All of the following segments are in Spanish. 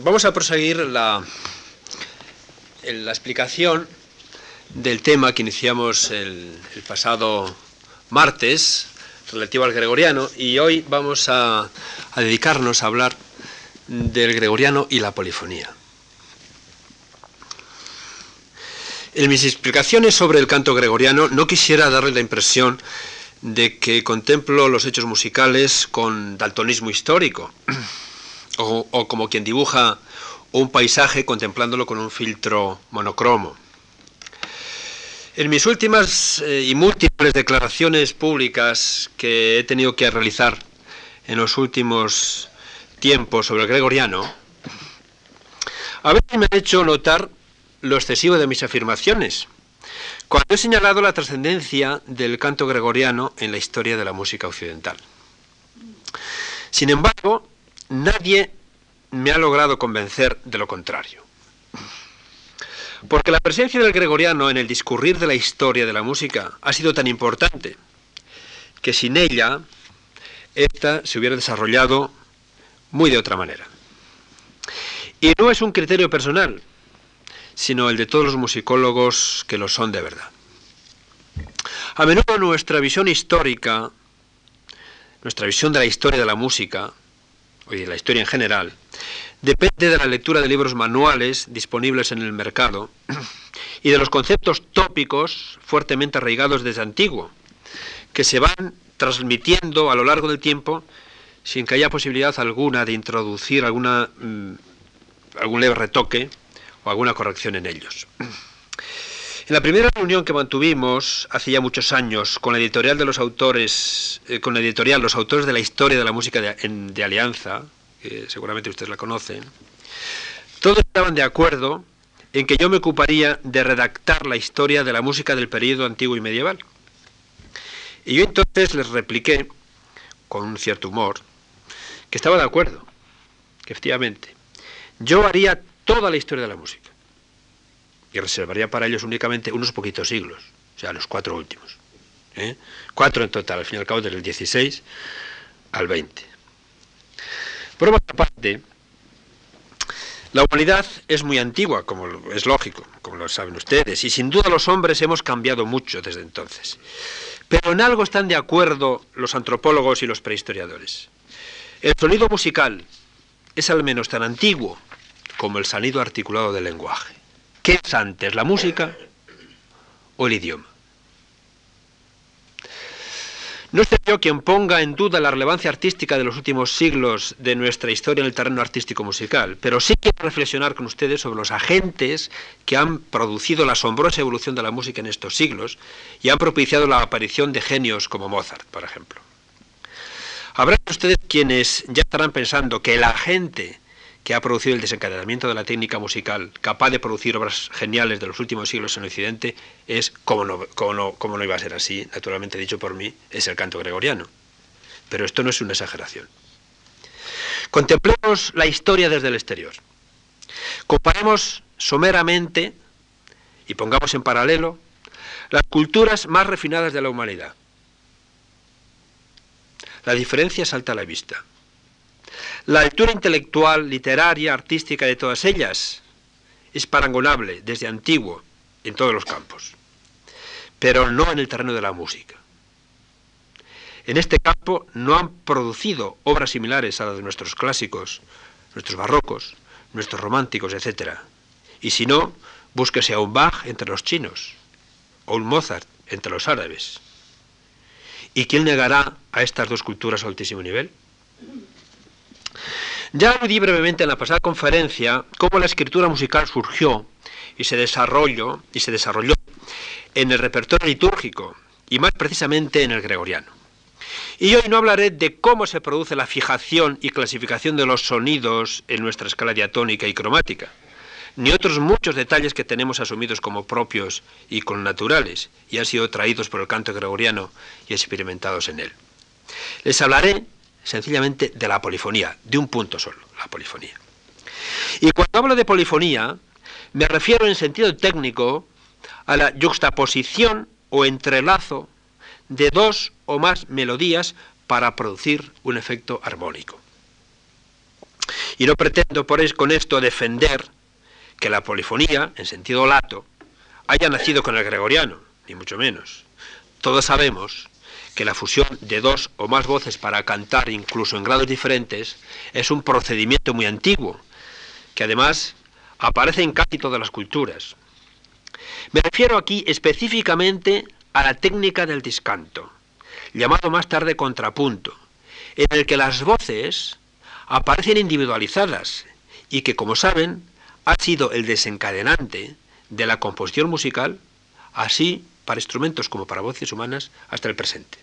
Vamos a proseguir la explicación del tema que iniciamos el pasado martes, relativo al gregoriano, y hoy vamos a dedicarnos a hablar del gregoriano y la polifonía. En mis explicaciones sobre el canto gregoriano no quisiera darle la impresión de que contemplo los hechos musicales con daltonismo histórico, o como quien dibuja un paisaje contemplándolo con un filtro monocromo. En mis últimas y múltiples declaraciones públicas que he tenido que realizar en los últimos tiempos sobre el gregoriano, a veces me han hecho notar lo excesivo de mis afirmaciones, cuando he señalado la trascendencia del canto gregoriano en la historia de la música occidental. Sin embargo, nadie me ha logrado convencer de lo contrario. Porque la presencia del gregoriano en el discurrir de la historia de la música ha sido tan importante que sin ella, esta se hubiera desarrollado muy de otra manera. Y no es un criterio personal, sino el de todos los musicólogos que lo son de verdad. A menudo nuestra visión histórica, nuestra visión de la historia de la música, y de la historia en general, depende de la lectura de libros manuales disponibles en el mercado y de los conceptos tópicos fuertemente arraigados desde antiguo, que se van transmitiendo a lo largo del tiempo sin que haya posibilidad alguna de introducir algún leve retoque o alguna corrección en ellos. En la primera reunión que mantuvimos hace ya muchos años con la editorial de los autores, Los autores de la historia de la música de Alianza, que seguramente ustedes la conocen, todos estaban de acuerdo en que yo me ocuparía de redactar la historia de la música del período antiguo y medieval. Y yo entonces les repliqué, con un cierto humor, que estaba de acuerdo, que efectivamente yo haría toda la historia de la música y reservaría para ellos únicamente unos poquitos siglos, o sea, los 4 últimos. 4 en total, al fin y al cabo, desde el 16 al 20. Por otra parte, la humanidad es muy antigua, como es lógico, como lo saben ustedes, y sin duda los hombres hemos cambiado mucho desde entonces. Pero en algo están de acuerdo los antropólogos y los prehistoriadores. El sonido musical es al menos tan antiguo como el sonido articulado del lenguaje. ¿Qué es antes, la música o el idioma? No soy yo quien ponga en duda la relevancia artística de los últimos siglos de nuestra historia en el terreno artístico-musical, pero sí quiero reflexionar con ustedes sobre los agentes que han producido la asombrosa evolución de la música en estos siglos y han propiciado la aparición de genios como Mozart, por ejemplo. Habrá ustedes quienes ya estarán pensando que el agente que ha producido el desencadenamiento de la técnica musical, capaz de producir obras geniales de los últimos siglos en Occidente, es, como no iba a ser así, naturalmente dicho por mí, es el canto gregoriano. Pero esto no es una exageración. Contemplemos la historia desde el exterior. Comparemos someramente y pongamos en paralelo las culturas más refinadas de la humanidad. La diferencia salta a la vista. La lectura intelectual, literaria, artística de todas ellas es parangonable desde antiguo en todos los campos, pero no en el terreno de la música. En este campo no han producido obras similares a las de nuestros clásicos, nuestros barrocos, nuestros románticos, etc. Y si no, búsquese a un Bach entre los chinos o un Mozart entre los árabes. ¿Y quién negará a estas dos culturas a altísimo nivel? Ya aludí brevemente en la pasada conferencia cómo la escritura musical surgió y se desarrolló en el repertorio litúrgico y más precisamente en el gregoriano. Y hoy no hablaré de cómo se produce la fijación y clasificación de los sonidos en nuestra escala diatónica y cromática, ni otros muchos detalles que tenemos asumidos como propios y connaturales y han sido traídos por el canto gregoriano y experimentados en él. Les hablaré sencillamente de la polifonía, de un punto solo, la polifonía. Y cuando hablo de polifonía, me refiero en sentido técnico a la yuxtaposición o entrelazo de dos o más melodías para producir un efecto armónico. Y no pretendo con esto defender que la polifonía, en sentido lato, haya nacido con el gregoriano, ni mucho menos. Todos sabemos que la fusión de dos o más voces para cantar, incluso en grados diferentes, es un procedimiento muy antiguo, que además aparece en casi todas las culturas. Me refiero aquí específicamente a la técnica del discanto, llamado más tarde contrapunto, en el que las voces aparecen individualizadas y que, como saben, ha sido el desencadenante de la composición musical, así para instrumentos como para voces humanas, hasta el presente.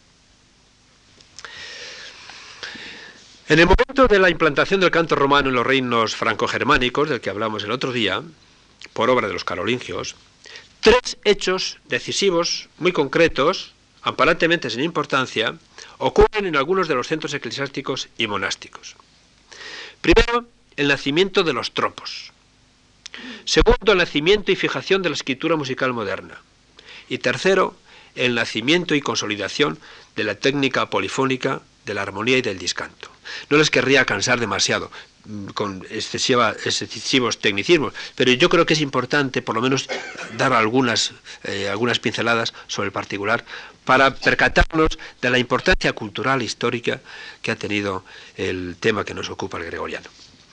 En el momento de la implantación del canto romano en los reinos franco-germánicos, del que hablamos el otro día, por obra de los carolingios, tres hechos decisivos, muy concretos, aparentemente sin importancia, ocurren en algunos de los centros eclesiásticos y monásticos. Primero, el nacimiento de los tropos. Segundo, el nacimiento y fijación de la escritura musical moderna. Y tercero, el nacimiento y consolidación de la técnica polifónica, de la armonía y del discanto. No les querría cansar demasiado con excesivos tecnicismos, pero yo creo que es importante por lo menos dar algunas pinceladas sobre el particular para percatarnos de la importancia cultural e histórica que ha tenido el tema que nos ocupa, el gregoriano.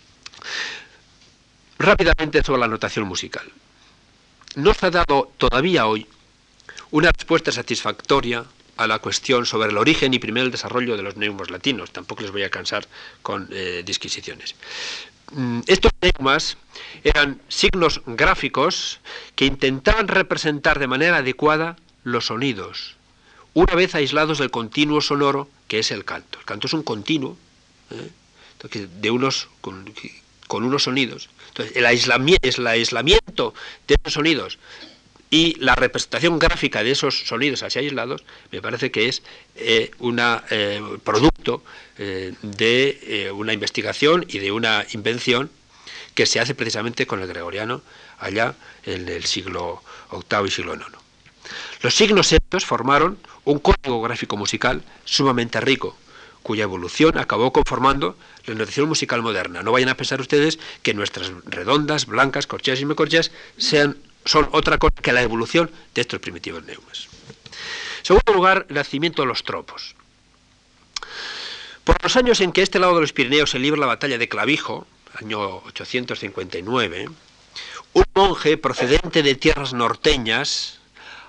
Rápidamente sobre la notación musical. No se ha dado todavía hoy una respuesta satisfactoria a la cuestión sobre el origen y primer desarrollo de los neumas latinos. Tampoco les voy a cansar con disquisiciones. Estos neumas eran signos gráficos que intentaban representar de manera adecuada los sonidos, una vez aislados del continuo sonoro que es el canto. El canto es un continuo con unos sonidos. Entonces, el aislamiento de esos sonidos y la representación gráfica de esos sonidos así aislados, me parece que es producto de una investigación y de una invención que se hace precisamente con el gregoriano allá en el siglo VIII y siglo IX. Los signos estos formaron un código gráfico musical sumamente rico, cuya evolución acabó conformando la notación musical moderna. No vayan a pensar ustedes que nuestras redondas, blancas, corcheas y semicorcheas son otra cosa que la evolución de estos primitivos neumas. En segundo lugar, el nacimiento de los tropos. Por los años en que este lado de los Pirineos se libra la batalla de Clavijo, año 859, un monje procedente de tierras norteñas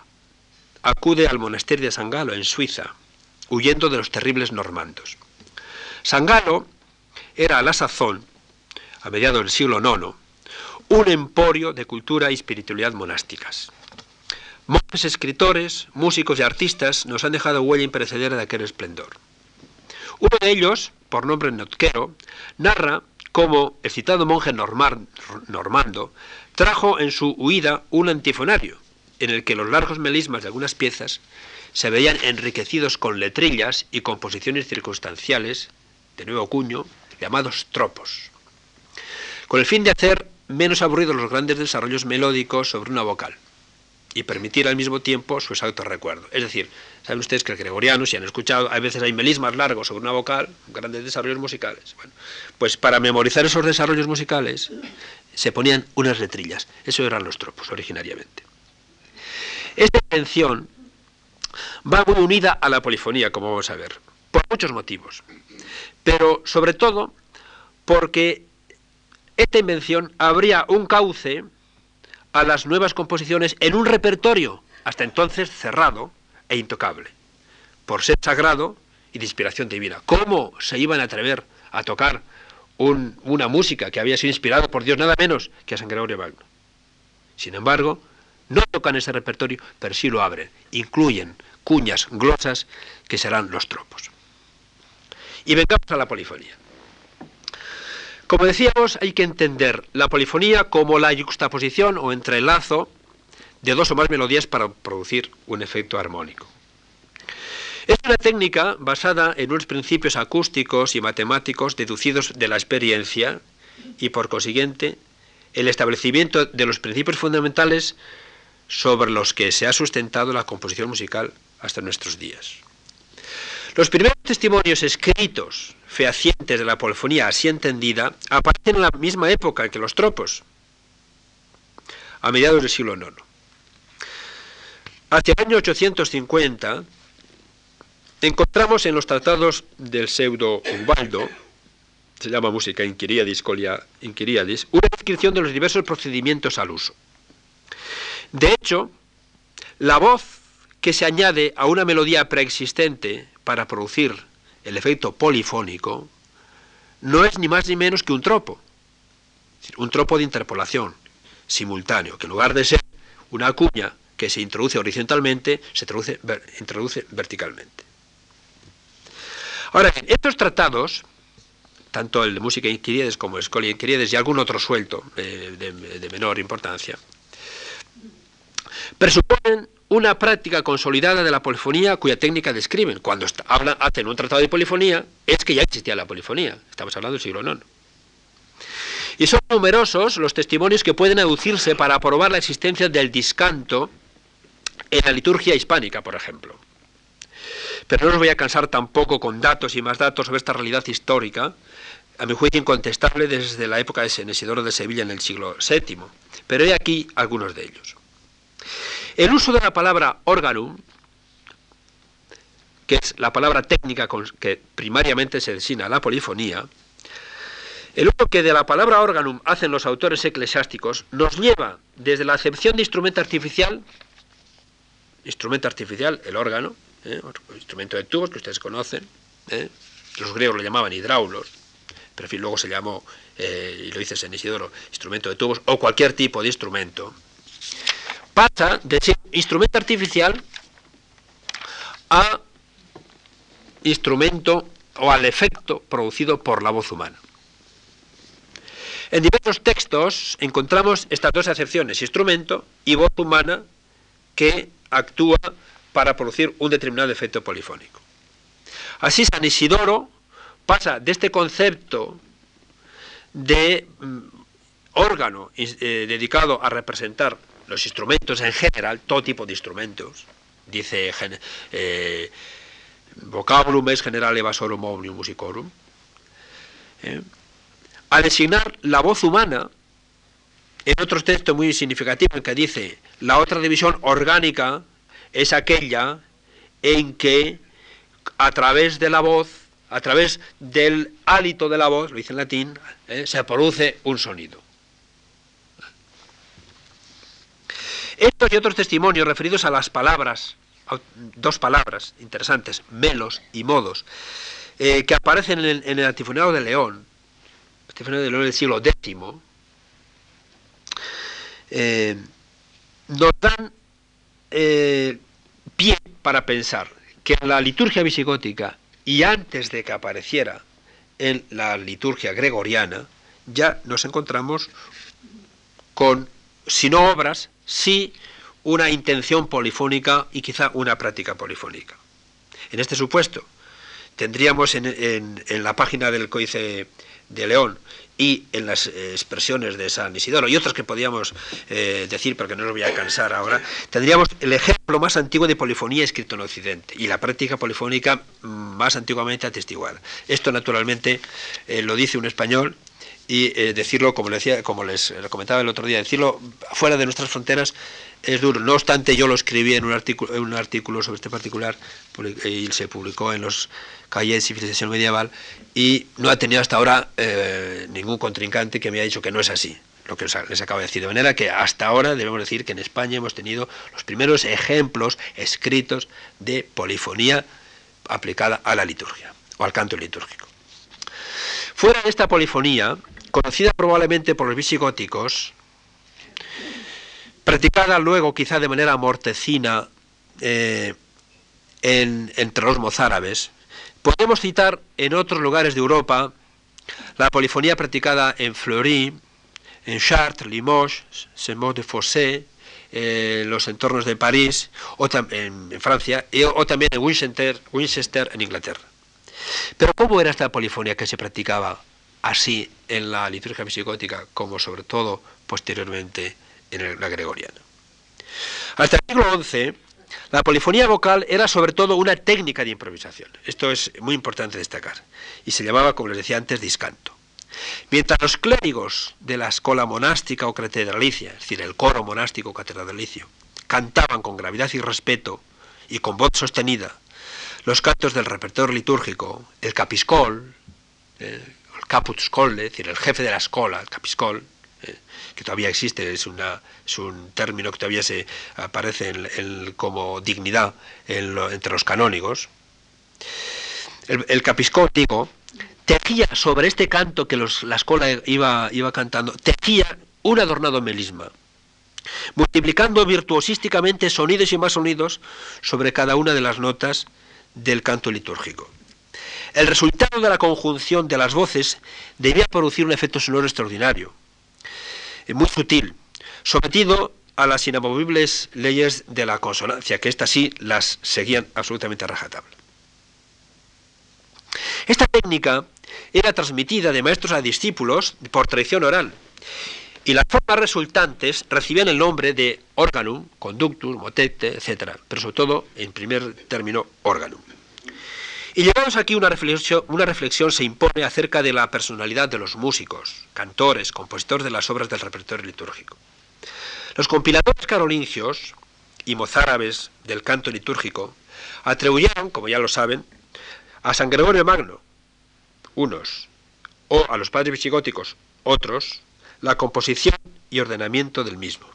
acude al monasterio de San Galo, en Suiza, huyendo de los terribles normandos. San Galo era a la sazón, a mediados del siglo IX, un emporio de cultura y espiritualidad monásticas. Monjes, escritores, músicos y artistas nos han dejado huella imperecedera de aquel esplendor. Uno de ellos, por nombre Notquero, narra cómo el citado monje normando trajo en su huida un antifonario, en el que los largos melismas de algunas piezas se veían enriquecidos con letrillas y composiciones circunstanciales de nuevo cuño, llamados tropos, con el fin de hacer menos aburridos los grandes desarrollos melódicos sobre una vocal y permitir al mismo tiempo su exacto recuerdo. Es decir, saben ustedes que el gregoriano, si han escuchado, a veces hay melismas largos sobre una vocal, grandes desarrollos musicales. Bueno, pues para memorizar esos desarrollos musicales se ponían unas letrillas. Eso eran los tropos originariamente. Esta invención va muy unida a la polifonía, como vamos a ver, por muchos motivos, pero sobre todo porque esta invención abría un cauce a las nuevas composiciones en un repertorio hasta entonces cerrado e intocable, por ser sagrado y de inspiración divina. ¿Cómo se iban a atrever a tocar una música que había sido inspirada por Dios nada menos que a San Gregorio Magno? Sin embargo, no tocan ese repertorio, pero sí lo abren, incluyen cuñas, glosas, que serán los tropos. Y vengamos a la polifonía. Como decíamos, hay que entender la polifonía como la yuxtaposición o entrelazo de dos o más melodías para producir un efecto armónico. Es una técnica basada en unos principios acústicos y matemáticos deducidos de la experiencia y, por consiguiente, el establecimiento de los principios fundamentales sobre los que se ha sustentado la composición musical hasta nuestros días. Los primeros testimonios escritos fehacientes de la polifonía así entendida aparecen en la misma época que los tropos, a mediados del siglo IX. Hacia el año 850 encontramos en los tratados del pseudo Ubaldo, se llama Musica Inquiriadis, Colia Inquiriadis, una descripción de los diversos procedimientos al uso. De hecho, la voz que se añade a una melodía preexistente para producir el efecto polifónico no es ni más ni menos que un tropo, es decir, un tropo de interpolación simultáneo, que en lugar de ser una cuña que se introduce horizontalmente, se introduce verticalmente. Ahora bien, estos tratados, tanto el de Musica Inquiriadis como el Scholia Inquiriadis y algún otro suelto de menor importancia, presuponen una práctica consolidada de la polifonía cuya técnica describen. Cuando hacen un tratado de polifonía, es que ya existía la polifonía. Estamos hablando del siglo IX. Y son numerosos los testimonios que pueden aducirse para probar la existencia del discanto en la liturgia hispánica, por ejemplo. Pero no os voy a cansar tampoco con datos y más datos sobre esta realidad histórica, a mi juicio incontestable desde la época de San Isidoro de Sevilla en el siglo VII. Pero he aquí algunos de ellos. El uso de la palabra organum, que es la palabra técnica con que primariamente se designa a la polifonía, el uso que de la palabra organum hacen los autores eclesiásticos nos lleva desde la acepción de instrumento artificial, el órgano, instrumento de tubos que ustedes conocen, los griegos lo llamaban hidráulos, pero en fin, luego se llamó, y lo dice San Isidoro, instrumento de tubos o cualquier tipo de instrumento, pasa de ser instrumento artificial a instrumento o al efecto producido por la voz humana. En diversos textos encontramos estas dos acepciones, instrumento y voz humana, que actúa para producir un determinado efecto polifónico. Así San Isidoro pasa de este concepto de órgano dedicado a representar los instrumentos en general, todo tipo de instrumentos, dice vocabulum es generale vasorum omnium musicorum, a designar la voz humana en otro texto muy significativo en que dice la otra división orgánica es aquella en que a través de la voz, a través del hálito de la voz, lo dice en latín, se produce un sonido. Estos y otros testimonios referidos a las palabras, dos palabras interesantes, melos y modos, que aparecen en el Antifonado de León, del siglo X, nos dan pie para pensar que en la liturgia visigótica y antes de que apareciera en la liturgia gregoriana, ya nos encontramos con, si no obras, sí una intención polifónica y quizá una práctica polifónica. En este supuesto, tendríamos en la página del Códice de León y en las expresiones de San Isidoro y otras que podíamos decir, pero que no os voy a cansar ahora, tendríamos el ejemplo más antiguo de polifonía escrito en Occidente y la práctica polifónica más antiguamente atestiguada. Esto naturalmente lo dice un español y decirlo, como les comentaba el otro día, decirlo fuera de nuestras fronteras es duro. No obstante, yo lo escribí en un artículo sobre este particular y se publicó en los Cahiers de Civilización Medieval y no ha tenido hasta ahora ningún contrincante que me haya dicho que no es así, lo que les acabo de decir. De manera que hasta ahora debemos decir que en España hemos tenido los primeros ejemplos escritos de polifonía aplicada a la liturgia o al canto litúrgico. Fuera de esta polifonía, conocida probablemente por los visigóticos, practicada luego quizá de manera mortecina entre los mozárabes, podemos citar en otros lugares de Europa la polifonía practicada en Fleury, en Chartres, Limoges, Saint-Maur-de-Fossé, los entornos de París, en Francia, o también en Winchester, en Inglaterra. Pero ¿cómo era esta polifonía que se practicaba así en la liturgia visigótica, como sobre todo posteriormente en la gregoriana? Hasta el siglo XI, la polifonía vocal era sobre todo una técnica de improvisación. Esto es muy importante destacar. Y se llamaba, como les decía antes, discanto. Mientras los clérigos de la escola monástica o catedralicia, es decir, el coro monástico o catedralicio, cantaban con gravedad y respeto y con voz sostenida los cantos del repertorio litúrgico, el capiscol, el caput scolae, es decir, el jefe de la escola, el capiscol, que todavía existe, es un término que todavía se aparece como dignidad entre los canónigos. El capiscol, digo, tejía sobre este canto que la escuela iba cantando, tejía un adornado melisma, multiplicando virtuosísticamente sonidos y más sonidos sobre cada una de las notas del canto litúrgico. El resultado de la conjunción de las voces debía producir un efecto sonoro extraordinario, muy sutil, sometido a las inamovibles leyes de la consonancia, que estas sí las seguían absolutamente a rajatabla. Esta técnica era transmitida de maestros a discípulos por tradición oral, y las formas resultantes recibían el nombre de organum, conductus, motete, etc., pero sobre todo, en primer término, organum. Y llegados aquí, una reflexión se impone acerca de la personalidad de los músicos, cantores, compositores de las obras del repertorio litúrgico. Los compiladores carolingios y mozárabes del canto litúrgico atribuyeron, como ya lo saben, a San Gregorio Magno, unos, o a los padres visigóticos, otros, la composición y ordenamiento del mismo.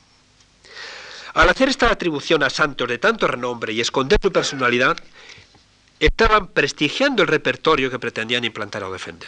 Al hacer esta atribución a santos de tanto renombre y esconder su personalidad, estaban prestigiando el repertorio que pretendían implantar o defender.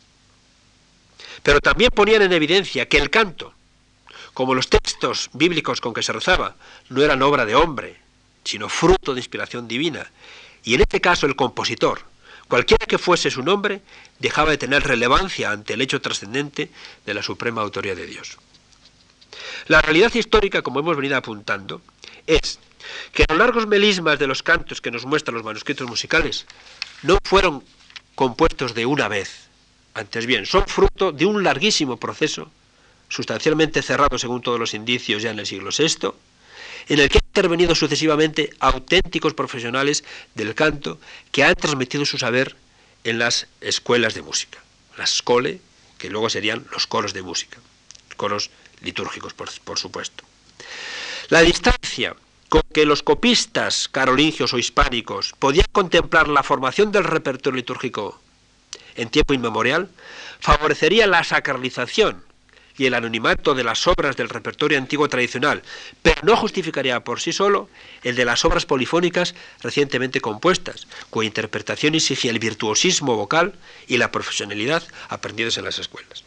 Pero también ponían en evidencia que el canto, como los textos bíblicos con que se rezaba, no eran obra de hombre, sino fruto de inspiración divina, y en este caso el compositor, cualquiera que fuese su nombre, dejaba de tener relevancia ante el hecho trascendente de la suprema autoría de Dios. La realidad histórica, como hemos venido apuntando, es que los largos melismas de los cantos que nos muestran los manuscritos musicales no fueron compuestos de una vez, antes bien, son fruto de un larguísimo proceso, sustancialmente cerrado según todos los indicios ya en el siglo VI, en el que han intervenido sucesivamente auténticos profesionales del canto que han transmitido su saber en las escuelas de música, las scolae, que luego serían los coros de música, coros litúrgicos, por supuesto. La distancia con que los copistas carolingios o hispánicos podían contemplar la formación del repertorio litúrgico en tiempo inmemorial favorecería la sacralización y el anonimato de las obras del repertorio antiguo tradicional, pero no justificaría por sí solo el de las obras polifónicas recientemente compuestas, cuya interpretación exigía el virtuosismo vocal y la profesionalidad aprendidos en las escuelas.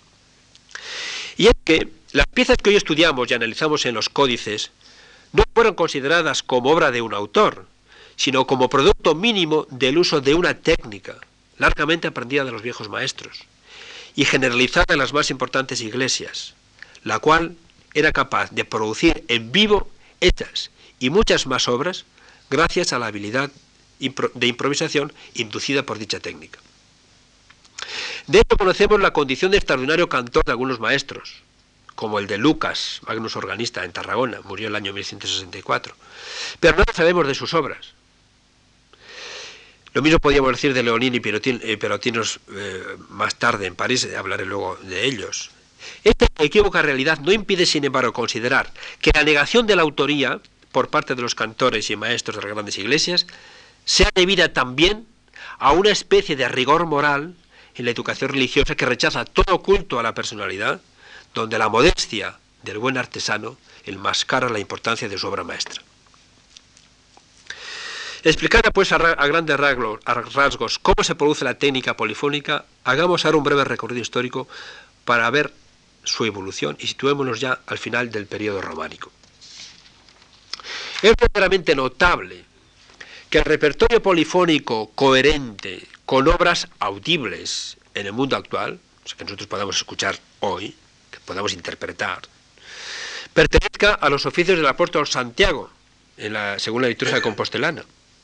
Y es que las piezas que hoy estudiamos y analizamos en los códices no fueron consideradas como obra de un autor, sino como producto mínimo del uso de una técnica largamente aprendida de los viejos maestros y generalizada en las más importantes iglesias, la cual era capaz de producir en vivo estas y muchas más obras gracias a la habilidad de improvisación inducida por dicha técnica. De hecho, conocemos la condición de extraordinario cantor de algunos maestros, como el de Lucas, Magnus organista, en Tarragona, murió el año 1164, pero nada sabemos de sus obras. Lo mismo podríamos decir de Leonín y Perotinos más tarde en París, hablaré luego de ellos. Esta equívoca realidad no impide, sin embargo, considerar que la negación de la autoría por parte de los cantores y maestros de las grandes iglesias sea debida también a una especie de rigor moral en la educación religiosa que rechaza todo culto a la personalidad, donde la modestia del buen artesano enmascara la importancia de su obra maestra. Explicada pues a grandes rasgos cómo se produce la técnica polifónica, hagamos ahora un breve recorrido histórico para ver su evolución y situémonos ya al final del periodo románico. Es verdaderamente notable que el repertorio polifónico coherente con obras audibles en el mundo actual, o sea, que nosotros podamos escuchar hoy, que podamos interpretar, pertenezca a los oficios del apóstol Santiago, según la liturgia compostelana.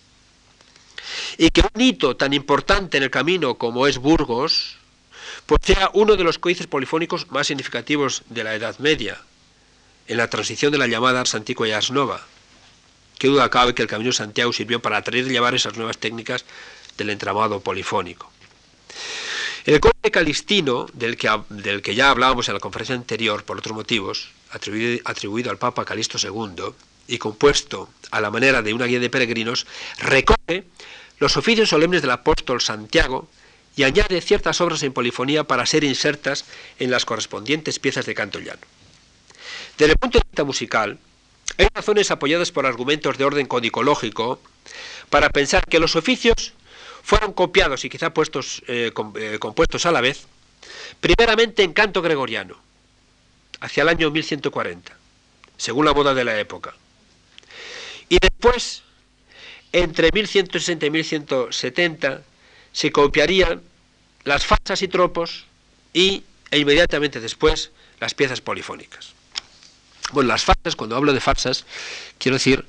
Y que un hito tan importante en el camino como es Burgos, pues sea uno de los códices polifónicos más significativos de la Edad Media, en la transición de la llamada Ars Antiqua y Ars Nova. qué duda cabe que el Camino de Santiago sirvió para atraer y llevar esas nuevas técnicas del entramado polifónico. El Códice Calistino, del que ya hablábamos en la conferencia anterior, por otros motivos, atribuido al Papa Calixto II y compuesto a la manera de una guía de peregrinos, recoge los oficios solemnes del apóstol Santiago y añade ciertas obras en polifonía para ser insertas en las correspondientes piezas de canto llano. Desde el punto de vista musical, hay razones apoyadas por argumentos de orden codicológico para pensar que los oficios fueron copiados y quizá compuestos a la vez, primeramente en canto gregoriano, hacia el año 1140, según la moda de la época, y después, entre 1160 y 1170, se copiarían las farsas y tropos e inmediatamente después las piezas polifónicas. Bueno, las farsas, cuando hablo de farsas, quiero decir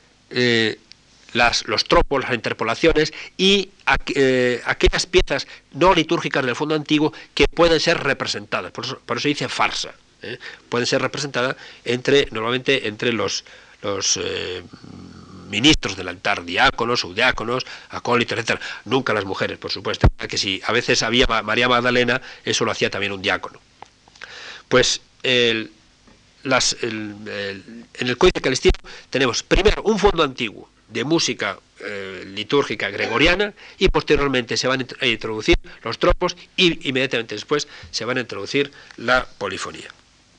los tropos, las interpolaciones y aquellas piezas no litúrgicas del fondo antiguo que pueden ser representadas, por eso dice farsa, pueden ser representadas normalmente entre los ministros del altar, diáconos, subdiáconos, acólitos, etc. Nunca las mujeres, por supuesto, que si a veces había María Magdalena, eso lo hacía también un diácono. Pues en el Códice Calistino tenemos primero un fondo antiguo de música litúrgica gregoriana y posteriormente se van a introducir los tropos y inmediatamente después se van a introducir la polifonía.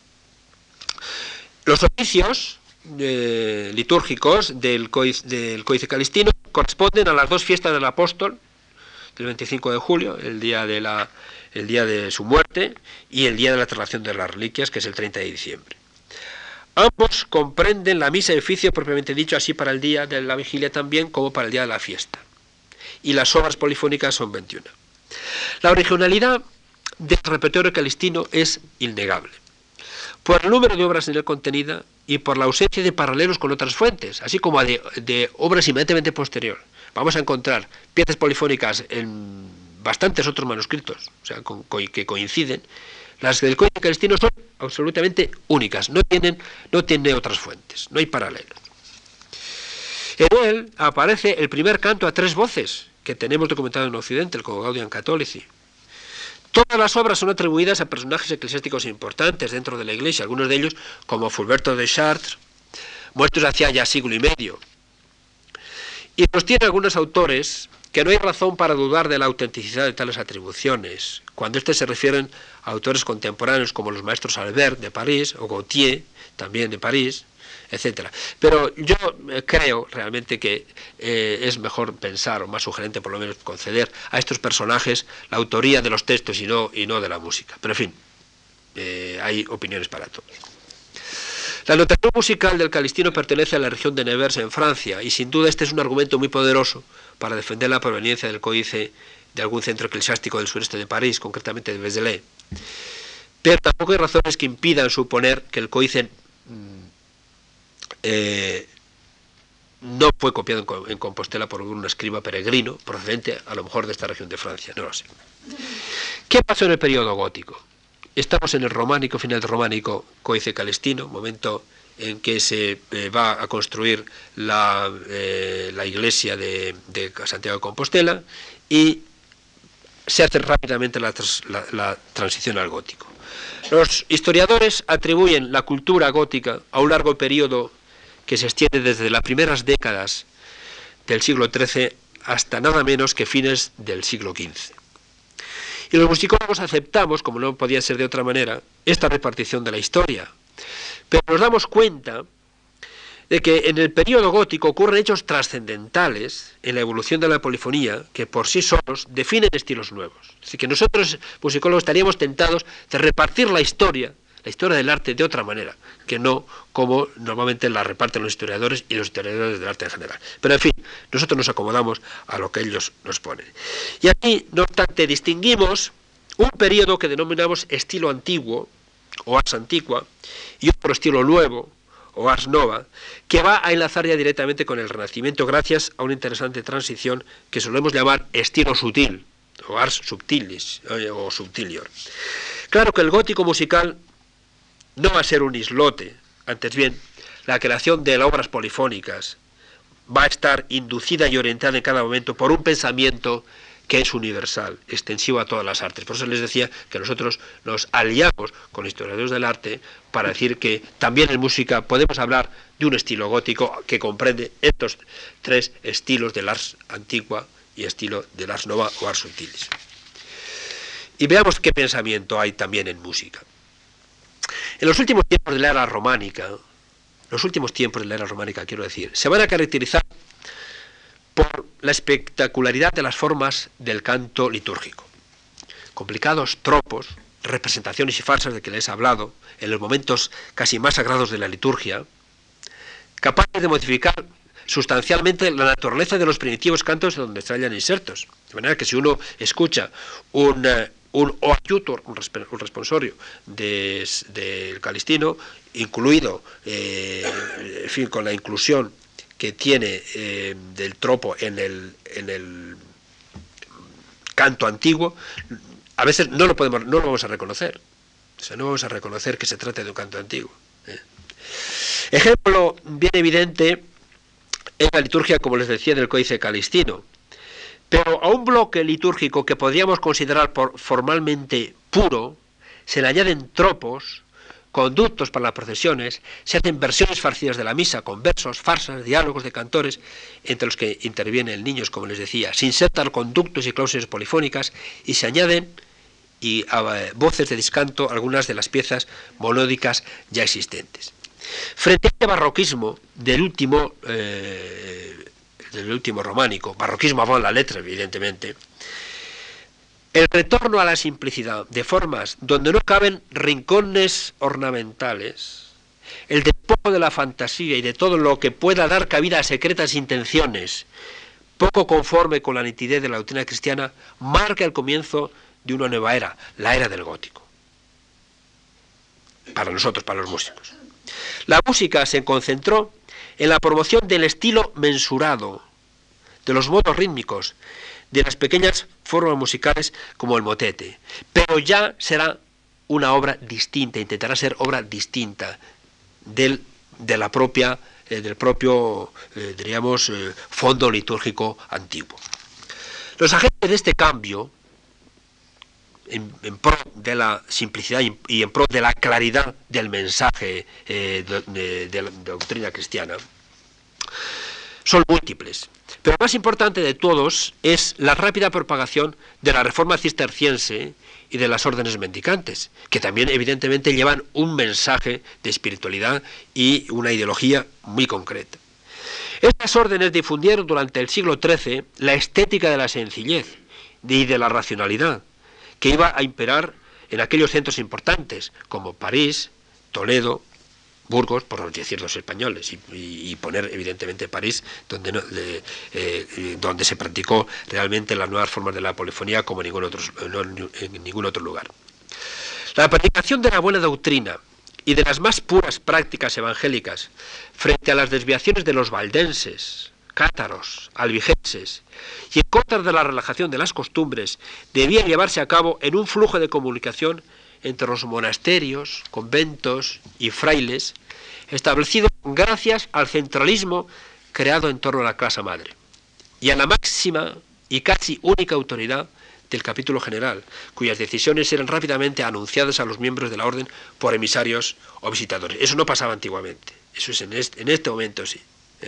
Los oficios litúrgicos del Códice Calistino corresponden a las dos fiestas del apóstol, del 25 de julio, el día de su muerte, y el día de la traslación de las reliquias, que es el 30 de diciembre. Ambos comprenden la misa y oficio propiamente dicho, así para el día de la vigilia también como para el día de la fiesta. Y las obras polifónicas son 21. La originalidad del repertorio calistino es innegable, por el número de obras en él contenida y por la ausencia de paralelos con otras fuentes, así como de obras inmediatamente posteriores. Vamos a encontrar piezas polifónicas en bastantes otros manuscritos, o sea, que coinciden. Las del Códice Calistino son absolutamente únicas, no tienen otras fuentes, no hay paralelos. En él aparece el primer canto a tres voces que tenemos documentado en Occidente, el Gaudium Catholici. Todas las obras son atribuidas a personajes eclesiásticos importantes dentro de la Iglesia, algunos de ellos, como Fulberto de Chartres, muertos hacia ya siglo y medio. Y sostienen algunos autores que no hay razón para dudar de la autenticidad de tales atribuciones, cuando estos se refieren a autores contemporáneos como los maestros Albert de París o Gautier, también de París, etc. Pero yo creo realmente que es mejor pensar, o más sugerente por lo menos conceder a estos personajes la autoría de los textos y no de la música. Pero en fin, hay opiniones para todos. La notación musical del Calistino pertenece a la región de Nevers en Francia, y sin duda este es un argumento muy poderoso para defender la proveniencia del códice de algún centro eclesiástico del sureste de París, concretamente de Vézelay. Pero tampoco hay razones que impidan suponer que el códice no fue copiado en Compostela por un escriba peregrino procedente a lo mejor de esta región de Francia, no lo sé. ¿Qué pasó en el periodo gótico? Estamos en el románico, final del románico, Códice Calistino, momento en que se va a construir la iglesia de Santiago de Compostela, y se hace rápidamente la transición al gótico. Los historiadores atribuyen la cultura gótica a un largo periodo que se extiende desde las primeras décadas del siglo XIII hasta nada menos que fines del siglo XV. Y los musicólogos aceptamos, como no podía ser de otra manera, esta repartición de la historia. Pero nos damos cuenta de que en el periodo gótico ocurren hechos trascendentales en la evolución de la polifonía que por sí solos definen estilos nuevos. Así que nosotros, musicólogos, estaríamos tentados de repartir la historia del arte de otra manera, que no como normalmente la reparten los historiadores y los historiadores del arte en general. Pero en fin, nosotros nos acomodamos a lo que ellos nos ponen. Y aquí, no obstante, distinguimos un periodo que denominamos estilo antiguo, o ars antiqua, y otro estilo nuevo, o ars nova, que va a enlazar ya directamente con el Renacimiento gracias a una interesante transición que solemos llamar estilo sutil, o ars subtilis, o subtilior. Claro que el gótico musical no va a ser un islote, antes bien, la creación de obras polifónicas va a estar inducida y orientada en cada momento por un pensamiento que es universal, extensivo a todas las artes. Por eso les decía que nosotros nos aliamos con los historiadores del arte para decir que también en música podemos hablar de un estilo gótico que comprende estos tres estilos del ars antigua y estilo del ars nova o ars subtilis. Y veamos qué pensamiento hay también en música. En los últimos tiempos de la era románica, quiero decir, se van a caracterizar por la espectacularidad de las formas del canto litúrgico. Complicados tropos, representaciones y farsas de que les he hablado, en los momentos casi más sagrados de la liturgia, capaces de modificar sustancialmente la naturaleza de los primitivos cantos donde se hallan insertos. De manera que si uno escucha un oaiutor, un responsorio del Calistino, incluido, en fin, con la inclusión que tiene del tropo en el canto antiguo, a veces no lo vamos a reconocer. O sea, no vamos a reconocer que se trate de un canto antiguo. Ejemplo bien evidente en la liturgia, como les decía, del Códice Calistino. Pero a un bloque litúrgico que podríamos considerar formalmente puro, se le añaden tropos, conductos para las procesiones, se hacen versiones farcidas de la misa con versos, farsas, diálogos de cantores, entre los que intervienen niños, como les decía. Se insertan conductos y cláusulas polifónicas y se añaden voces de discanto a algunas de las piezas monódicas ya existentes. Frente a este barroquismo del último románico, barroquismo avant la letra, evidentemente, el retorno a la simplicidad de formas donde no caben rincones ornamentales, el despojo de la fantasía y de todo lo que pueda dar cabida a secretas intenciones, poco conforme con la nitidez de la doctrina cristiana, marca el comienzo de una nueva era, la era del gótico. Para nosotros, para los músicos. La música se concentró en la promoción del estilo mensurado, de los modos rítmicos, de las pequeñas formas musicales como el motete, pero ya será una obra distinta, intentará ser obra distinta del propio fondo litúrgico antiguo. Los agentes de este cambio, en pro de la simplicidad y en pro de la claridad del mensaje de la doctrina cristiana, son múltiples. Pero el más importante de todos es la rápida propagación de la reforma cisterciense y de las órdenes mendicantes, que también evidentemente llevan un mensaje de espiritualidad y una ideología muy concreta. Estas órdenes difundieron durante el siglo XIII la estética de la sencillez y de la racionalidad, que iba a imperar en aquellos centros importantes como París, Toledo, Burgos, por decir los españoles, y poner evidentemente París, donde se practicó realmente las nuevas formas de la polifonía como en ningún otro lugar. La predicación de la buena doctrina y de las más puras prácticas evangélicas frente a las desviaciones de los valdenses, cátaros, albigenses, y en contra de la relajación de las costumbres, debía llevarse a cabo en un flujo de comunicación entre los monasterios, conventos y frailes, establecido gracias al centralismo creado en torno a la casa madre, y a la máxima y casi única autoridad del capítulo general, cuyas decisiones eran rápidamente anunciadas a los miembros de la orden por emisarios o visitadores. Eso no pasaba antiguamente, eso es en este momento sí.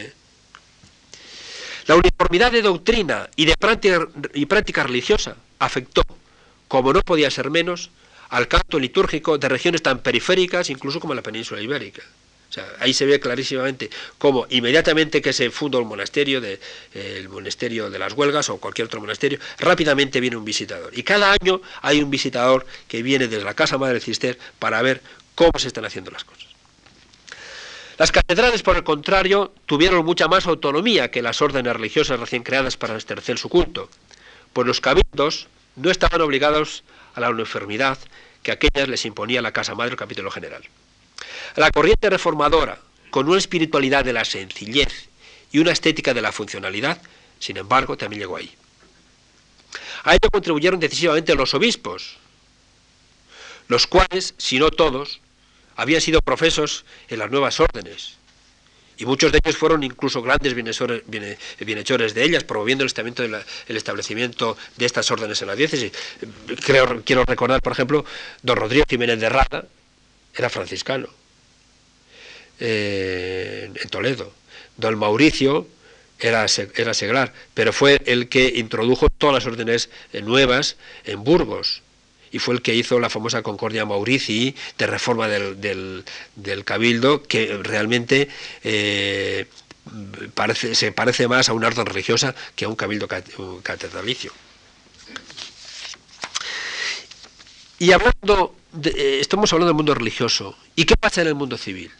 La uniformidad de doctrina y de práctica religiosa afectó, como no podía ser menos, al canto litúrgico de regiones tan periféricas, incluso como la península ibérica. O sea, ahí se ve clarísimamente cómo inmediatamente que se fundó el monasterio de las Huelgas o cualquier otro monasterio, rápidamente viene un visitador. Y cada año hay un visitador que viene desde la casa madre del Cister para ver cómo se están haciendo las cosas. Las catedrales, por el contrario, tuvieron mucha más autonomía que las órdenes religiosas recién creadas para ejercer su culto, pues los cabildos no estaban obligados a la uniformidad que aquellas les imponía la casa madre, el capítulo general. La corriente reformadora, con una espiritualidad de la sencillez y una estética de la funcionalidad, sin embargo, también llegó ahí. A ello contribuyeron decisivamente los obispos, los cuales, si no todos, habían sido profesos en las nuevas órdenes y muchos de ellos fueron incluso grandes bienhechores de ellas, promoviendo el establecimiento de estas órdenes en la diócesis. Quiero recordar, por ejemplo, don Rodrigo Jiménez de Rada, era franciscano, en Toledo. Don Mauricio era seglar, pero fue el que introdujo todas las órdenes nuevas en Burgos, y fue el que hizo la famosa Concordia Maurici de reforma del Cabildo, que realmente se parece más a una orden religiosa que a un cabildo catedralicio. Y estamos hablando del mundo religioso. ¿Y qué pasa en el mundo civil?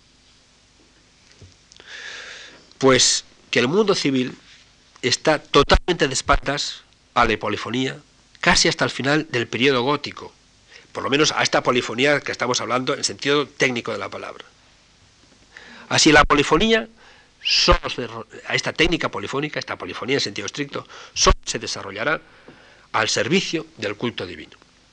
Pues que el mundo civil está totalmente de espaldas a la polifonía, casi hasta el final del periodo gótico, por lo menos a esta polifonía que estamos hablando en sentido técnico de la palabra. Así la polifonía, a esta técnica polifónica, esta polifonía en sentido estricto, solo se desarrollará al servicio del culto divino.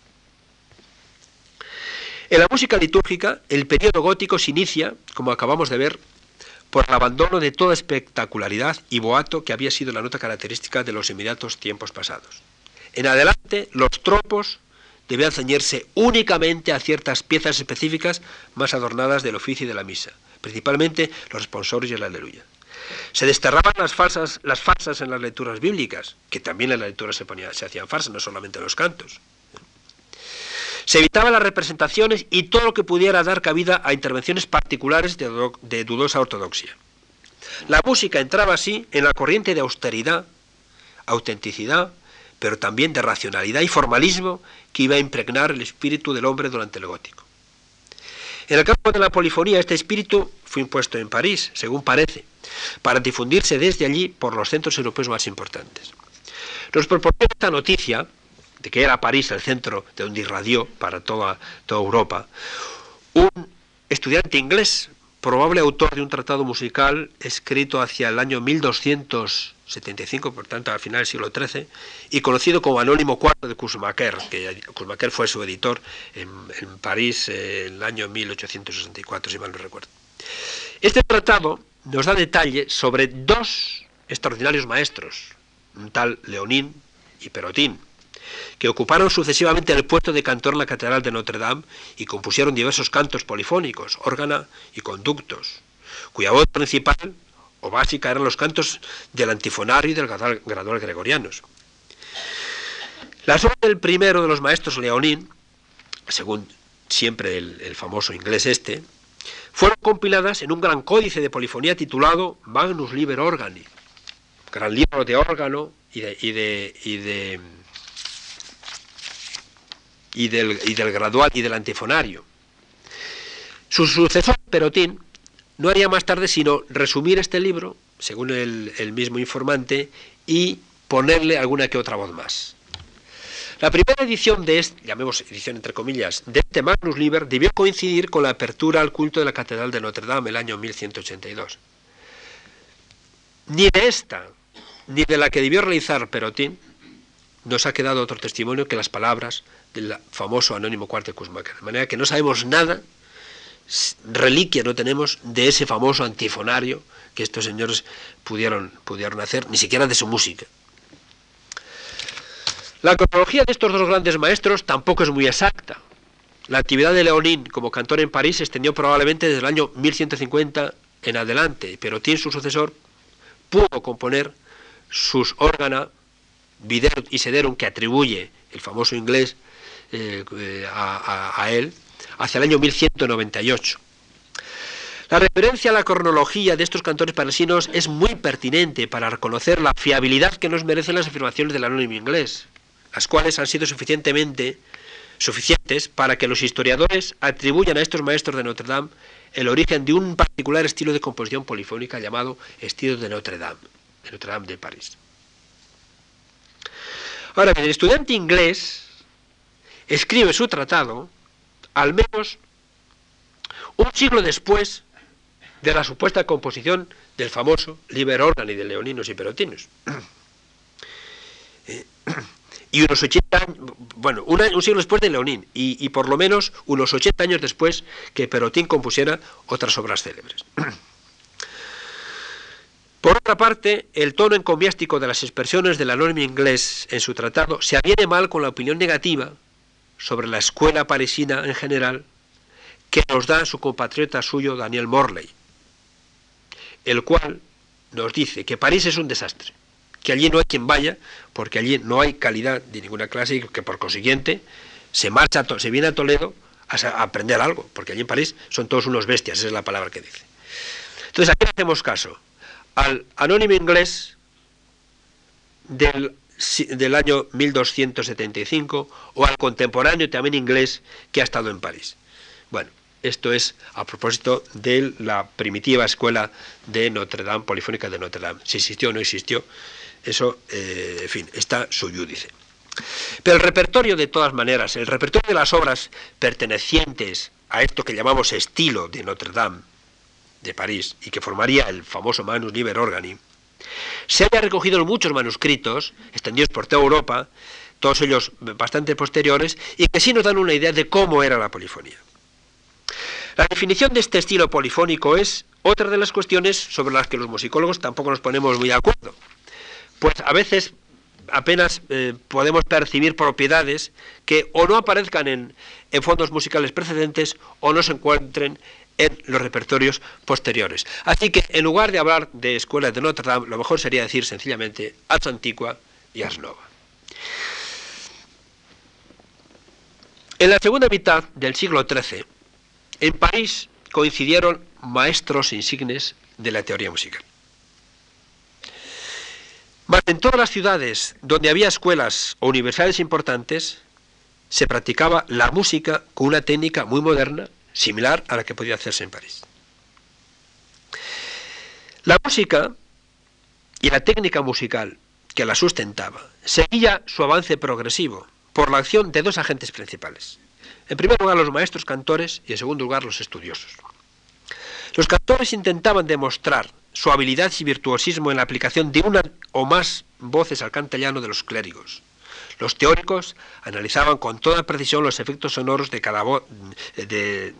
En la música litúrgica, el periodo gótico se inicia, como acabamos de ver, por el abandono de toda espectacularidad y boato que había sido la nota característica de los inmediatos tiempos pasados. En adelante, los tropos debían ceñirse únicamente a ciertas piezas específicas más adornadas del oficio y de la misa, principalmente los responsorios y el aleluya. Se desterraban las falsas en las lecturas bíblicas, que también en la lectura se hacían falsas, no solamente en los cantos. Se evitaban las representaciones y todo lo que pudiera dar cabida a intervenciones particulares de dudosa ortodoxia. La música entraba así en la corriente de austeridad, autenticidad, pero también de racionalidad y formalismo que iba a impregnar el espíritu del hombre durante el gótico. En el campo de la polifonía, este espíritu fue impuesto en París, según parece, para difundirse desde allí por los centros europeos más importantes. Nos proporciona esta noticia de que era París el centro de donde irradió para toda Europa, un estudiante inglés, probable autor de un tratado musical escrito hacia el año 1275, por tanto al final del siglo XIII, y conocido como Anónimo IV de Coussemaker, que Coussemaker fue su editor en París en el año 1864, si mal no recuerdo. Este tratado nos da detalle sobre dos extraordinarios maestros, un tal Léonin y Perotin, que ocuparon sucesivamente el puesto de cantor en la Catedral de Notre Dame y compusieron diversos cantos polifónicos, órgana y conductos, cuya voz principal o básica eran los cantos del antifonario y del gradual gregorianos. Las obras del primero de los maestros Léonin, según siempre el famoso inglés fueron compiladas en un gran códice de polifonía titulado Magnus Liber Organi, gran libro de órgano y del gradual y del antifonario. Su sucesor, Perotin, no haría más tarde sino resumir este libro, según el mismo informante, y ponerle alguna que otra voz más. La primera edición de llamemos edición entre comillas, de este Magnus Liber debió coincidir con la apertura al culto de la Catedral de Notre Dame el año 1182. Ni de esta, ni de la que debió realizar Perotin, nos ha quedado otro testimonio que las palabras del famoso Anónimo IV de Coussemaker. De manera que no sabemos nada, reliquia no tenemos de ese famoso antifonario que estos señores pudieron hacer, ni siquiera de su música. La cronología de estos dos grandes maestros tampoco es muy exacta. La actividad de Léonin como cantor en París se extendió probablemente desde el año 1150 en adelante, pero Tin, su sucesor, pudo componer sus órgana, Viderum y Sederum, que atribuye el famoso inglés a él, hacia el año 1198. La referencia a la cronología de estos cantores parisinos es muy pertinente para reconocer la fiabilidad que nos merecen las afirmaciones del anónimo inglés, las cuales han sido suficientes para que los historiadores atribuyan a estos maestros de Notre Dame el origen de un particular estilo de composición polifónica llamado estilo de Notre Dame de París. Ahora bien, el estudiante inglés escribe su tratado al menos un siglo después de la supuesta composición del famoso Liber Organi de Leoninos y Perotinos. Y unos 80 años, bueno, un siglo después de Léonin, y por lo menos unos 80 años después que Perotin compusiera otras obras célebres. Por otra parte, el tono encomiástico de las expresiones del anónimo inglés en su tratado se aviene mal con la opinión negativa sobre la escuela parisina en general que nos da su compatriota suyo Daniel Morley, el cual nos dice que París es un desastre, que allí no hay quien vaya, porque allí no hay calidad de ninguna clase y que por consiguiente se viene a Toledo a aprender algo, porque allí en París son todos unos bestias, esa es la palabra que dice. Entonces, ¿a qué hacemos caso? Al anónimo inglés del año 1275 o al contemporáneo también inglés que ha estado en París. Bueno, esto es a propósito de la primitiva escuela de Notre Dame, polifónica de Notre Dame. Si existió o no existió, eso, en fin, está su júdice. Pero el repertorio, de todas maneras, el repertorio de las obras pertenecientes a esto que llamamos estilo de Notre Dame de París y que formaría el famoso Manus Liber Organi, se haya recogido en muchos manuscritos extendidos por toda Europa, todos ellos bastante posteriores, y que sí nos dan una idea de cómo era la polifonía. La definición de este estilo polifónico es otra de las cuestiones sobre las que los musicólogos tampoco nos ponemos muy de acuerdo, pues a veces apenas podemos percibir propiedades que o no aparezcan en fondos musicales precedentes o no se encuentren en los repertorios posteriores. Así que en lugar de hablar de escuelas de Notre Dame, lo mejor sería decir sencillamente Ars Antiqua y Ars Nova. En la segunda mitad del siglo XIII, en París coincidieron maestros insignes de la teoría musical. Mas en todas las ciudades donde había escuelas o universidades importantes, se practicaba la música con una técnica muy moderna, similar a la que podía hacerse en París. La música y la técnica musical que la sustentaba seguía su avance progresivo por la acción de dos agentes principales. En primer lugar, los maestros cantores y en segundo lugar, los estudiosos. Los cantores intentaban demostrar su habilidad y virtuosismo en la aplicación de una o más voces al cantillano de los clérigos. Los teóricos analizaban con toda precisión los efectos sonoros de cada voz, del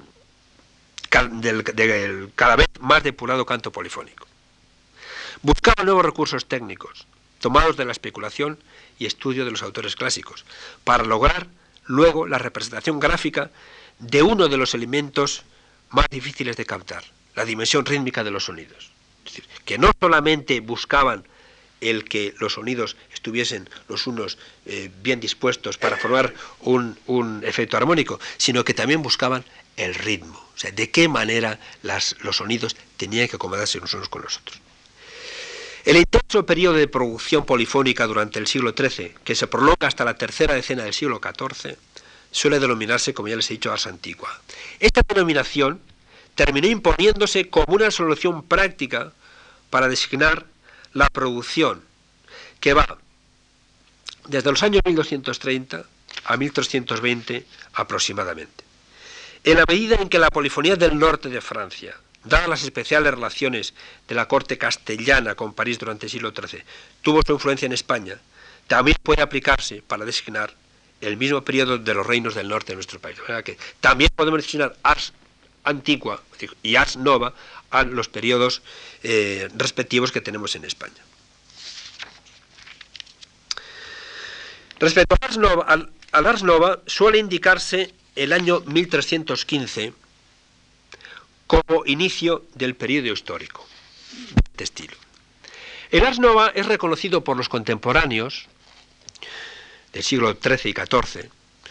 cada vez más depurado canto polifónico. Buscaban nuevos recursos técnicos, tomados de la especulación y estudio de los autores clásicos, para lograr luego la representación gráfica de uno de los elementos más difíciles de captar, la dimensión rítmica de los sonidos. Es decir, que no solamente buscaban el que los sonidos estuviesen los unos bien dispuestos para formar un efecto armónico, sino que también buscaban el ritmo, o sea, de qué manera los sonidos tenían que acomodarse los unos con los otros. El intenso periodo de producción polifónica durante el siglo XIII, que se prolonga hasta la tercera decena del siglo XIV, suele denominarse, como ya les he dicho, Ars Antiqua. Esta denominación terminó imponiéndose como una solución práctica para designar la producción que va desde los años 1230 a 1320 aproximadamente. En la medida en que la polifonía del norte de Francia, dadas las especiales relaciones de la corte castellana con París durante el siglo XIII, tuvo su influencia en España, también puede aplicarse para designar el mismo periodo de los reinos del norte de nuestro país. De manera que también podemos designar Ars Antiqua y Ars Nova a los periodos respectivos que tenemos en España. Respecto al Ars Nova, suele indicarse el año 1315 como inicio del periodo histórico de este estilo. El Ars Nova es reconocido por los contemporáneos del siglo XIII y XIV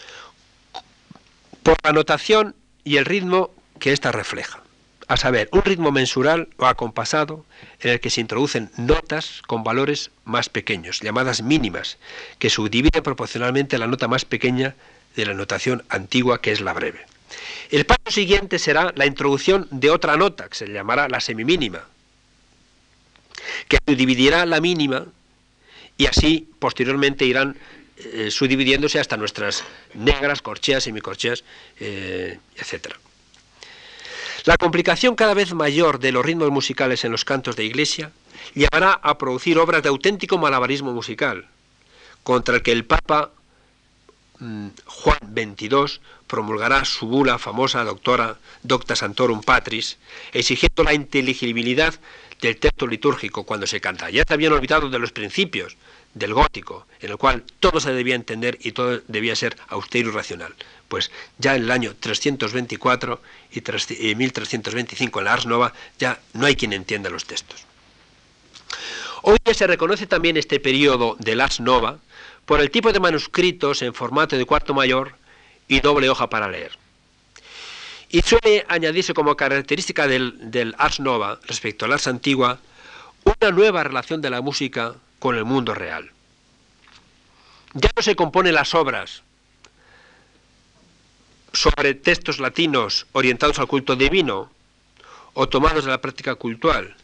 por la notación y el ritmo que ésta refleja, a saber, un ritmo mensural o acompasado en el que se introducen notas con valores más pequeños, llamadas mínimas, que subdividen proporcionalmente la nota más pequeña de la notación antigua, que es la breve. El paso siguiente será la introducción de otra nota, que se llamará la semimínima, que subdividirá la mínima y así posteriormente irán subdividiéndose hasta nuestras negras, corcheas, semicorcheas, etc. La complicación cada vez mayor de los ritmos musicales en los cantos de iglesia llevará a producir obras de auténtico malabarismo musical, contra el que el Papa Juan XXII promulgará su bula famosa Docta Santorum Patris, exigiendo la inteligibilidad del texto litúrgico cuando se canta. Ya se habían olvidado de los principios del gótico, en el cual todo se debía entender y todo debía ser austero y racional. Pues ya en el año 324 y 1325 en la Ars Nova ya no hay quien entienda los textos. Hoy ya se reconoce también este periodo del Ars Nova por el tipo de manuscritos en formato de cuarto mayor y doble hoja para leer. Y suele añadirse como característica del Ars Nova respecto al Ars Antigua una nueva relación de la música con el mundo real. Ya no se componen las obras sobre textos latinos orientados al culto divino o tomados de la práctica cultural,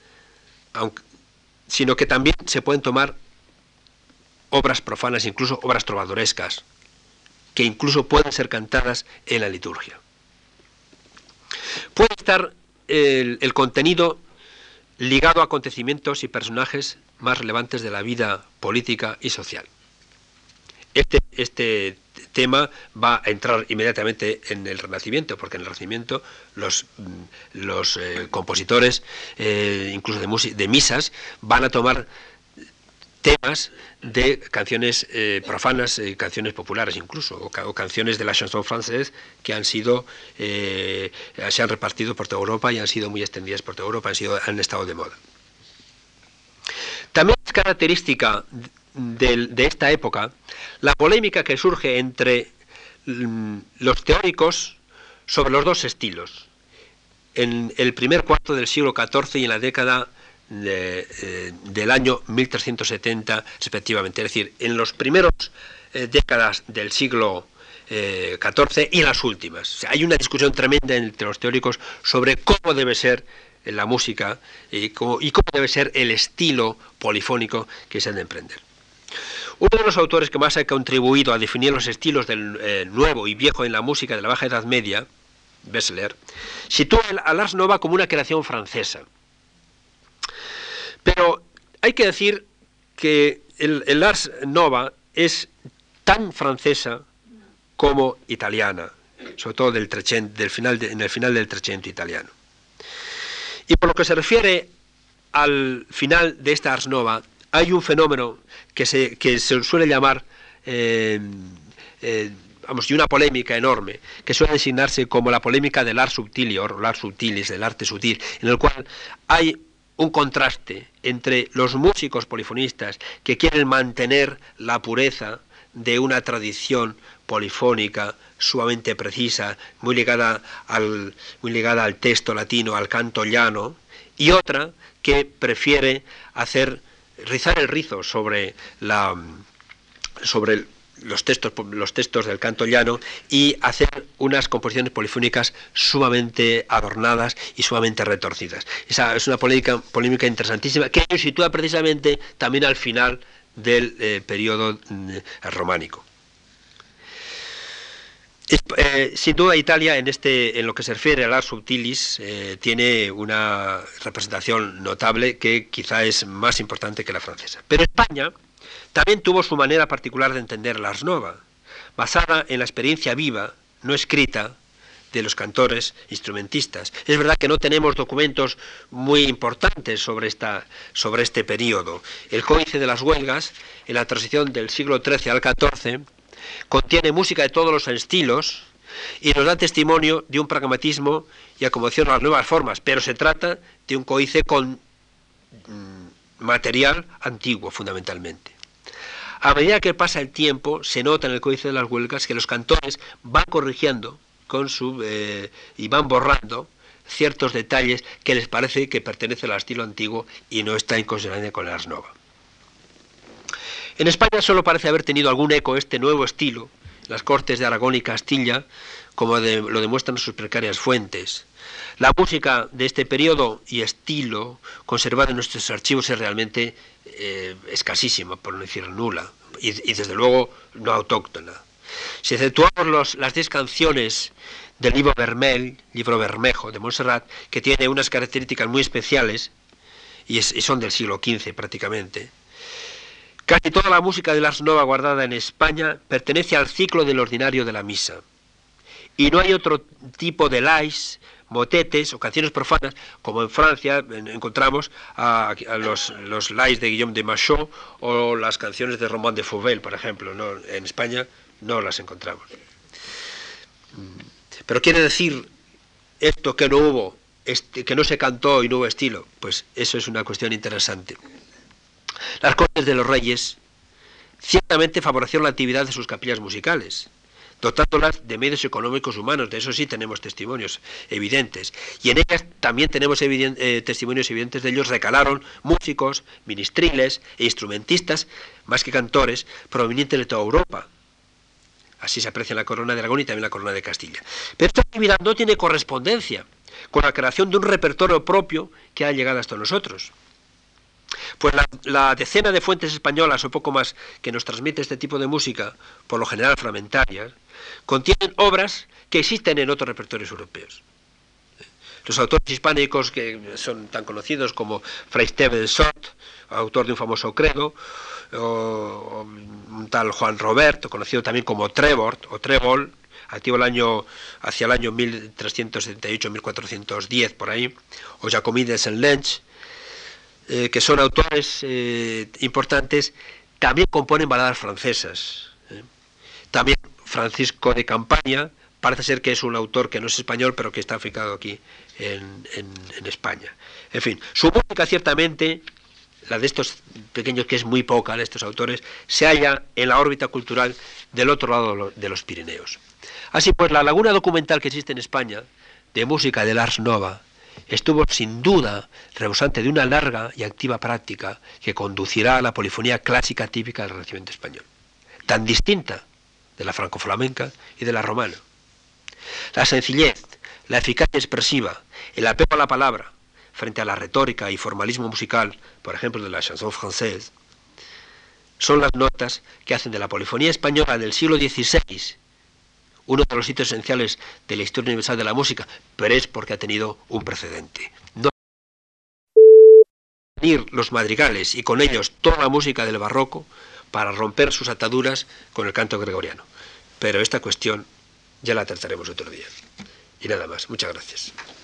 sino que también se pueden tomar obras profanas, incluso obras trovadorescas, que incluso pueden ser cantadas en la liturgia. Puede estar el contenido ligado a acontecimientos y personajes más relevantes de la vida política y social. Este tema va a entrar inmediatamente en el Renacimiento, porque en el Renacimiento los compositores, incluso de misas, van a tomar temas de canciones profanas, canciones populares incluso, o canciones de la chanson française que han sido, se han repartido por toda Europa y han sido muy extendidas por toda Europa, han estado de moda. También es característica de esta época la polémica que surge entre los teóricos sobre los dos estilos, en el primer cuarto del siglo XIV y en la década del año 1370 respectivamente, es decir, en los primeros décadas del siglo XIV y en las últimas. O sea, hay una discusión tremenda entre los teóricos sobre cómo debe ser la música y cómo debe ser el estilo polifónico que se ha de emprender. Uno de los autores que más ha contribuido a definir los estilos del nuevo y viejo en la música de la Baja Edad Media, Bessler, sitúa al Ars Nova como una creación francesa. Pero hay que decir que el Ars Nova es tan francesa como italiana, sobre todo en el final del Trecento italiano. Y por lo que se refiere al final de esta Ars Nova, hay un fenómeno que se suele llamar, y una polémica enorme, que suele designarse como la polémica del ars subtilior, o l'ars subtilis, del arte sutil, en el cual hay un contraste entre los músicos polifonistas que quieren mantener la pureza de una tradición polifónica sumamente precisa, muy ligada al texto latino, al canto llano, y otra que prefiere rizar el rizo sobre los textos del canto llano y hacer unas composiciones polifónicas sumamente adornadas y sumamente retorcidas. Esa es una polémica interesantísima que nos sitúa precisamente también al final del periodo románico. Sin duda Italia en lo que se refiere al ars subtilis tiene una representación notable que quizá es más importante que la francesa. Pero España también tuvo su manera particular de entender el Ars Nova, basada en la experiencia viva, no escrita, de los cantores instrumentistas. Es verdad que no tenemos documentos muy importantes sobre este periodo. El Códice de las Huelgas, en la transición del siglo XIII al XIV, contiene música de todos los estilos y nos da testimonio de un pragmatismo y acomodación a las nuevas formas, pero se trata de un códice con material antiguo fundamentalmente. A medida que pasa el tiempo, se nota en el Códice de las Huelgas que los cantores van corrigiendo y van borrando ciertos detalles que les parece que pertenecen al estilo antiguo y no está en consonancia con el Ars Nova. En España solo parece haber tenido algún eco este nuevo estilo en las Cortes de Aragón y Castilla, como lo demuestran sus precarias fuentes. La música de este periodo y estilo conservada en nuestros archivos es realmente escasísima, por no decir nula, y desde luego no autóctona. Si exceptuamos las 10 canciones del libro Bermejo de Montserrat, que tiene unas características muy especiales, y son del siglo XV prácticamente, Casi toda la música del Ars Nova guardada en España pertenece al ciclo del ordinario de la misa. Y no hay otro tipo de lais, motetes o canciones profanas, como en Francia encontramos a los lais de Guillaume de Machaut o las canciones de Román de Fauvel, por ejemplo. ¿No? En España no las encontramos. Pero quiere decir esto que no hubo, que no se cantó y no hubo estilo. Pues eso es una cuestión interesante. Las cortes de los reyes ciertamente favorecieron la actividad de sus capillas musicales, dotándolas de medios económicos humanos. De eso sí tenemos testimonios evidentes. Y en ellas también tenemos testimonios evidentes de ellos. Recalaron músicos, ministriles e instrumentistas, más que cantores, provenientes de toda Europa. Así se aprecia la corona de Aragón y también la corona de Castilla. Pero esta actividad no tiene correspondencia con la creación de un repertorio propio que ha llegado hasta nosotros. Pues la decena de fuentes españolas o poco más que nos transmite este tipo de música, por lo general fragmentarias, contienen obras que existen en otros repertorios europeos. Los autores hispánicos que son tan conocidos como Fray Esteve de Sot, autor de un famoso credo, o un tal Juan Roberto, conocido también como Trébol o Trébol, activo hacia el año 1378-1410 por ahí, o Jacomí de Saint-Lench, que son autores importantes, también componen baladas francesas. También Francisco de Campaña, parece ser que es un autor que no es español, pero que está aficado aquí en España. En fin, su música ciertamente, la de estos pequeños, que es muy poca, de estos autores, se halla en la órbita cultural del otro lado de los Pirineos. Así pues, la laguna documental que existe en España, de música del Ars Nova, estuvo sin duda rebosante de una larga y activa práctica que conducirá a la polifonía clásica típica del Renacimiento español, tan distinta de la franco-flamenca y de la romana. La sencillez, la eficacia expresiva, el apego a la palabra, frente a la retórica y formalismo musical, por ejemplo de la chanson française, son las notas que hacen de la polifonía española del siglo XVI uno de los hitos esenciales de la historia universal de la música, pero es porque ha tenido un precedente. No unir los madrigales y con ellos toda la música del barroco para romper sus ataduras con el canto gregoriano. Pero esta cuestión ya la trataremos otro día. Y nada más. Muchas gracias.